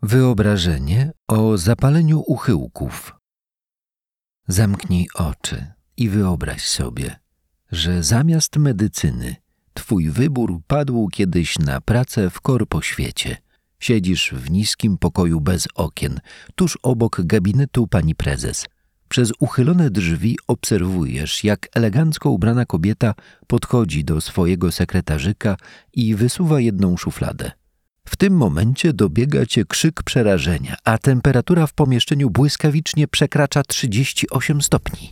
Wyobrażenie o zapaleniu uchyłków. Zamknij oczy i wyobraź sobie, że zamiast medycyny twój wybór padł kiedyś na pracę w korpoświecie. Siedzisz w niskim pokoju bez okien, tuż obok gabinetu pani prezes. Przez uchylone drzwi obserwujesz, jak elegancko ubrana kobieta podchodzi do swojego sekretarzyka i wysuwa jedną szufladę. W tym momencie dobiega cię krzyk przerażenia, a temperatura w pomieszczeniu błyskawicznie przekracza 38 stopni.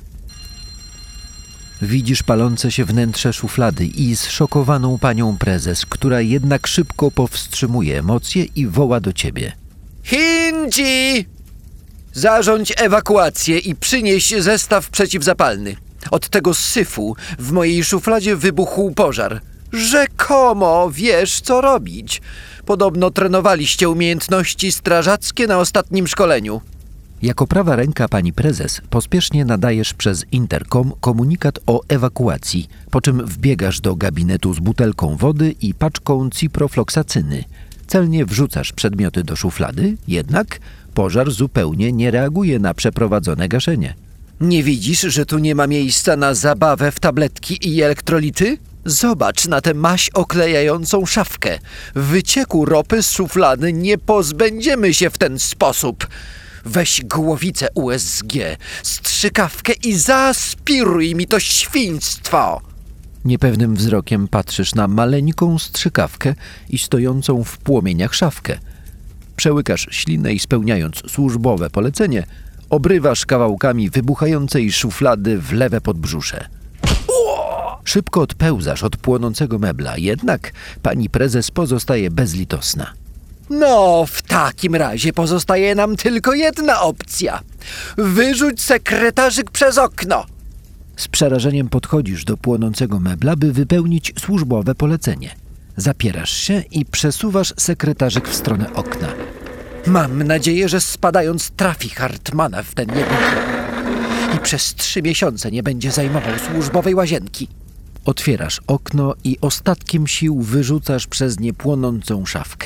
Widzisz palące się wnętrze szuflady i zszokowaną panią prezes, która jednak szybko powstrzymuje emocje i woła do ciebie. Hinci! Zarządź ewakuację i przynieś zestaw przeciwzapalny. Od tego syfu w mojej szufladzie wybuchł pożar. Rzekomo wiesz, co robić. Podobno trenowaliście umiejętności strażackie na ostatnim szkoleniu. Jako prawa ręka pani prezes pospiesznie nadajesz przez interkom komunikat o ewakuacji, po czym wbiegasz do gabinetu z butelką wody i paczką ciprofloksacyny. Celnie wrzucasz przedmioty do szuflady, jednak pożar zupełnie nie reaguje na przeprowadzone gaszenie. Nie widzisz, że tu nie ma miejsca na zabawę w tabletki i elektrolity? Zobacz na tę maź oklejającą szafkę. Wycieku ropy z szuflady nie pozbędziemy się w ten sposób. Weź głowicę USG, strzykawkę i zaaspiruj mi to świństwo. Niepewnym wzrokiem patrzysz na maleńką strzykawkę i stojącą w płomieniach szafkę. Przełykasz ślinę i spełniając służbowe polecenie, obrywasz kawałkami wybuchającej szuflady w lewe podbrzusze. Szybko odpełzasz od płonącego mebla, jednak pani prezes pozostaje bezlitosna. No, w takim razie pozostaje nam tylko jedna opcja. Wyrzuć sekretarzyk przez okno. Z przerażeniem podchodzisz do płonącego mebla, by wypełnić służbowe polecenie. Zapierasz się i przesuwasz sekretarzyk w stronę okna. Mam nadzieję, że spadając trafi Hartmana w ten niebogę i przez 3 miesiące nie będzie zajmował służbowej łazienki. Otwierasz okno i ostatkiem sił wyrzucasz przez nie płonącą szafkę.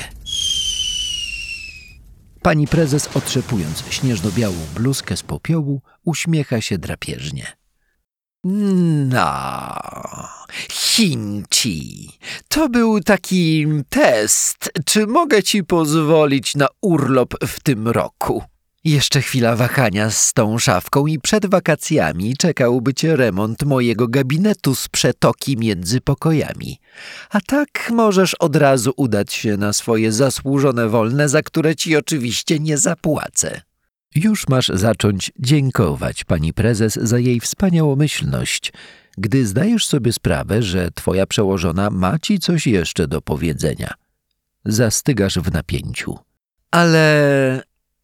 Pani prezes, otrzepując śnieżno-białą bluzkę z popiołu, uśmiecha się drapieżnie. No, Hinci, to był taki test, czy mogę ci pozwolić na urlop w tym roku. Jeszcze chwila wahania z tą szafką i przed wakacjami czekałby cię remont mojego gabinetu z przetoki między pokojami. A tak możesz od razu udać się na swoje zasłużone wolne, za które ci oczywiście nie zapłacę. Już masz zacząć dziękować pani prezes za jej wspaniałomyślność, gdy zdajesz sobie sprawę, że twoja przełożona ma ci coś jeszcze do powiedzenia. Zastygasz w napięciu. Ale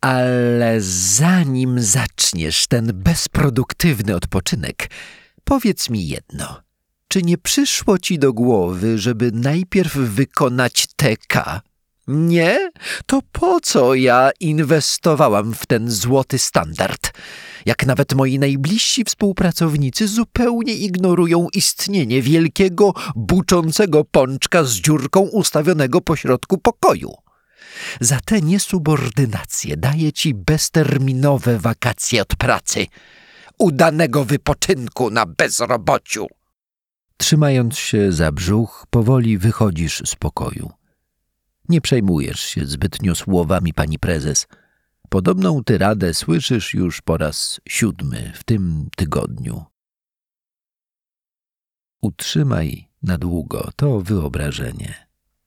zanim zaczniesz ten bezproduktywny odpoczynek, powiedz mi jedno. Czy nie przyszło ci do głowy, żeby najpierw wykonać TK? Nie? To po co ja inwestowałam w ten złoty standard? Jak nawet moi najbliżsi współpracownicy zupełnie ignorują istnienie wielkiego, buczącego pączka z dziurką ustawionego pośrodku pokoju. Za tę niesubordynację daję ci bezterminowe wakacje od pracy. Udanego wypoczynku na bezrobociu. Trzymając się za brzuch, powoli wychodzisz z pokoju. Nie przejmujesz się zbytnio słowami pani prezes. Podobną tyradę słyszysz już po raz 7 w tym tygodniu. Utrzymaj na długo to wyobrażenie.